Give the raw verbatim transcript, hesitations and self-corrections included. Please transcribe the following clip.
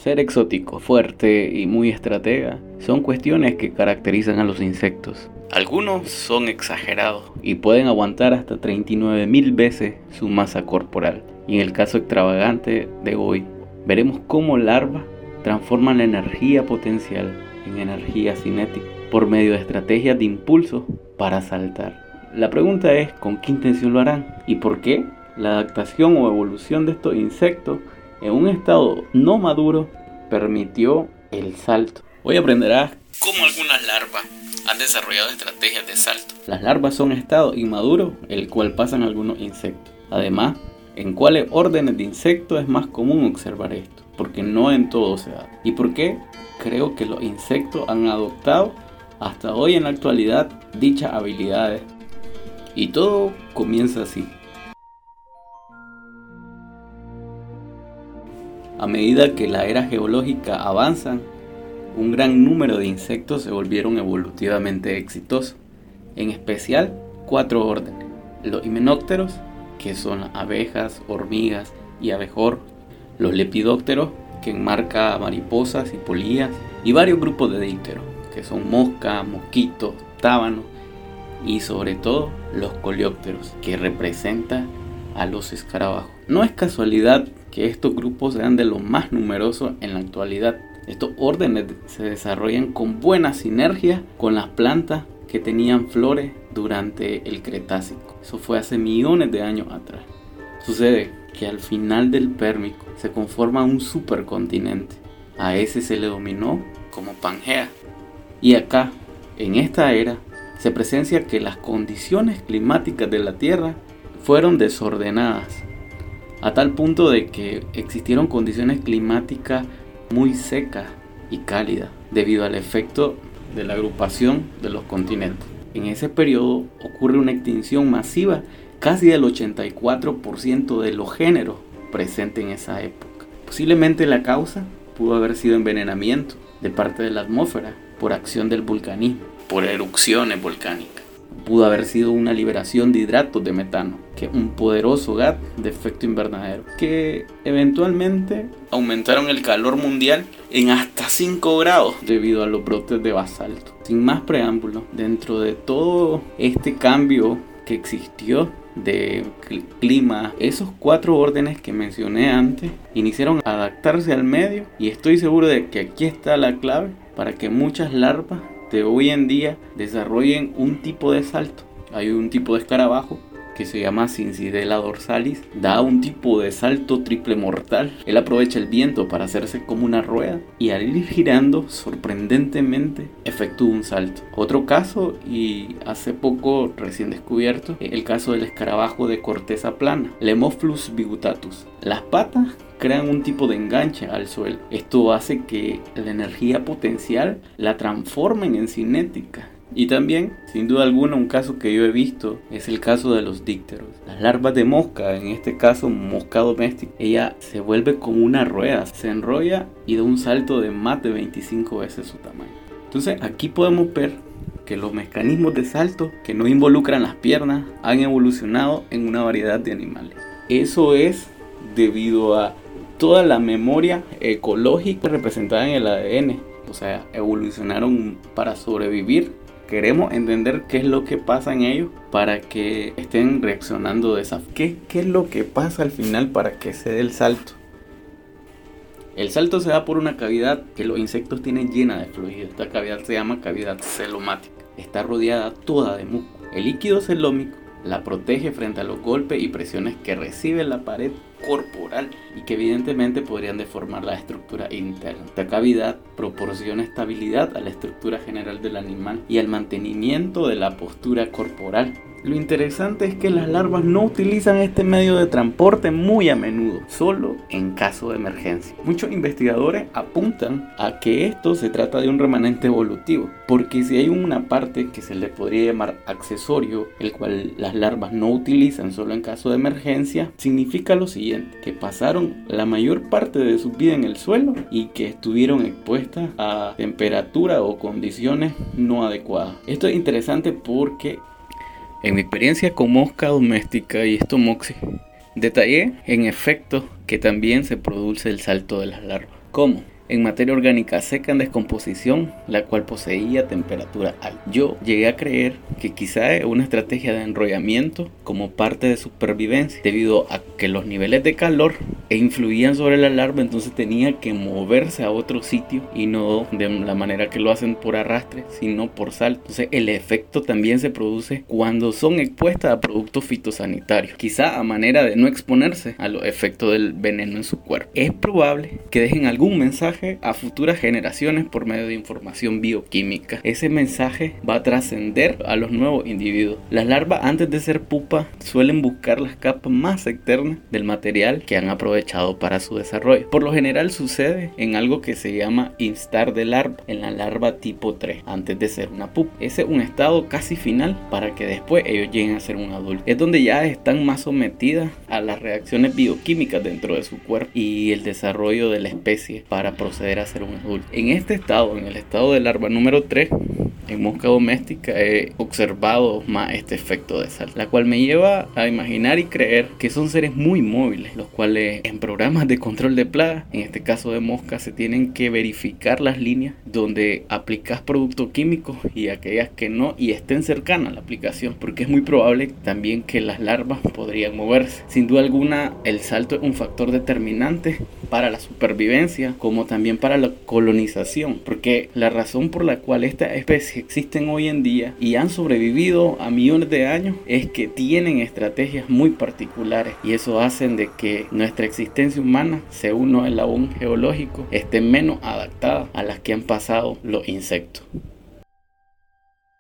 Ser exótico, fuerte y muy estratega son cuestiones que caracterizan a los insectos. Algunos son exagerados y pueden aguantar hasta treinta y nueve mil veces su masa corporal. Y en el caso extravagante de hoy, veremos cómo larvas transforman la energía potencial en energía cinética por medio de estrategias de impulso para saltar. La pregunta es ¿con qué intención lo harán? ¿Y por qué la adaptación o evolución de estos insectos en un estado no maduro permitió el salto? Hoy aprenderás cómo algunas larvas han desarrollado estrategias de salto. Las larvas son estados inmaduros, el cual pasan algunos insectos. Además, en cuáles órdenes de insectos es más común observar esto, porque no en todos se da. ¿Y por qué? Creo que los insectos han adoptado hasta hoy en la actualidad dichas habilidades. Y todo comienza así. A medida que la era geológica avanza, un gran número de insectos se volvieron evolutivamente exitosos, en especial cuatro órdenes: los himenópteros, que son las abejas, hormigas y abejorros; los lepidópteros, que enmarca mariposas y polillas; y varios grupos de dípteros, que son moscas, mosquitos, tábanos; y sobre todo los coleópteros, que representan a los escarabajos. No es casualidad que estos grupos sean de los más numerosos en la actualidad. Estos órdenes se desarrollan con buena sinergia con las plantas que tenían flores durante el Cretácico. Eso fue hace millones de años atrás. Sucede que al final del Pérmico se conforma un supercontinente. A ese se le denominó como Pangea. Y acá, en esta era, se presencia que las condiciones climáticas de la Tierra fueron desordenadas, a tal punto de que existieron condiciones climáticas muy secas y cálidas debido al efecto de la agrupación de los continentes. En ese periodo ocurre una extinción masiva casi del ochenta y cuatro por ciento de los géneros presentes en esa época. Posiblemente la causa pudo haber sido envenenamiento de parte de la atmósfera por acción del vulcanismo, por erupciones volcánicas. Pudo haber sido una liberación de hidratos de metano, que es un poderoso gas de efecto invernadero, que eventualmente aumentaron el calor mundial en hasta cinco grados debido a los brotes de basalto. Sin más preámbulos, dentro de todo este cambio que existió de clima, esos cuatro órdenes que mencioné antes iniciaron a adaptarse al medio, y estoy seguro de que aquí está la clave para que muchas larvas de hoy en día desarrollen un tipo de salto. Hay un tipo de escarabajo que se llama Cincidela dorsalis, da un tipo de salto triple mortal. Él aprovecha el viento para hacerse como una rueda y al ir girando sorprendentemente efectúa un salto. Otro caso, y hace poco recién descubierto, el caso del escarabajo de corteza plana, Lemophlus bigutatus. Las patas crean un tipo de enganche al suelo. Esto hace que la energía potencial la transformen en cinética. Y también, sin duda alguna, un caso que yo he visto es el caso de los dípteros. Las larvas de mosca, en este caso mosca doméstica, ella se vuelve como una rueda, se enrolla y da un salto de más de veinticinco veces su tamaño. Entonces aquí podemos ver que los mecanismos de salto que no involucran las piernas han evolucionado en una variedad de animales. Eso es debido a toda la memoria ecológica representada en el A D N. O sea, evolucionaron para sobrevivir. Queremos entender qué es lo que pasa en ellos para que estén reaccionando de esa forma. ¿Qué, ¿Qué es lo que pasa al final para que se dé el salto? El salto se da por una cavidad que los insectos tienen llena de fluido. Esta cavidad se llama cavidad celomática. Está rodeada toda de muco. El líquido celómico la protege frente a los golpes y presiones que recibe la pared corporal y que evidentemente podrían deformar la estructura interna. Esta cavidad proporciona estabilidad a la estructura general del animal y al mantenimiento de la postura corporal. Lo interesante es que las larvas no utilizan este medio de transporte muy a menudo, solo en caso de emergencia. Muchos investigadores apuntan a que esto se trata de un remanente evolutivo, porque si hay una parte que se le podría llamar accesorio, el cual las larvas no utilizan solo en caso de emergencia, significa lo siguiente: que pasaron la mayor parte de su vida en el suelo y que estuvieron expuestas a temperatura o condiciones no adecuadas. Esto es interesante porque en mi experiencia con mosca doméstica y Stomopsis, detallé en efecto que también se produce el salto de las larvas. ¿Cómo? en materia orgánica seca en descomposición, la cual poseía temperatura alta. Yo llegué a creer que quizá es una estrategia de enrollamiento como parte de supervivencia, debido a que los niveles de calor influían sobre la larva, entonces tenía que moverse a otro sitio y no de la manera que lo hacen por arrastre, sino por salto. Entonces el efecto también se produce cuando son expuestas a productos fitosanitarios, quizá a manera de no exponerse a los efectos del veneno en su cuerpo. Es probable que dejen algún mensaje a futuras generaciones por medio de información bioquímica. Ese mensaje va a trascender a los nuevos individuos. Las larvas, antes de ser pupa, suelen buscar las capas más externas del material que han aprovechado para su desarrollo. Por lo general sucede en algo que se llama instar de larva, en la larva tipo tres, antes de ser una pupa. Ese es un estado casi final para que después ellos lleguen a ser un adulto. Es donde ya están más sometidas a las reacciones bioquímicas dentro de su cuerpo y el desarrollo de la especie para proceder a ser un adulto. En este estado, en el estado de larva número tres, en mosca doméstica he observado más este efecto de sal, la cual me lleva a imaginar y creer que son seres muy móviles, los cuales en programas de control de plagas, en este caso de moscas, se tienen que verificar las líneas donde aplicas productos químicos y aquellas que no, y estén cercanas a la aplicación, porque es muy probable también que las larvas podrían moverse. Sin duda alguna, el salto es un factor determinante para la supervivencia como también para la colonización, porque la razón por la cual estas especies existen hoy en día y han sobrevivido a millones de años es que tienen estrategias muy particulares, y eso hace de que nuestra existencia humana, según el eslabón geológico, esté menos adaptada a las que han pasado los insectos.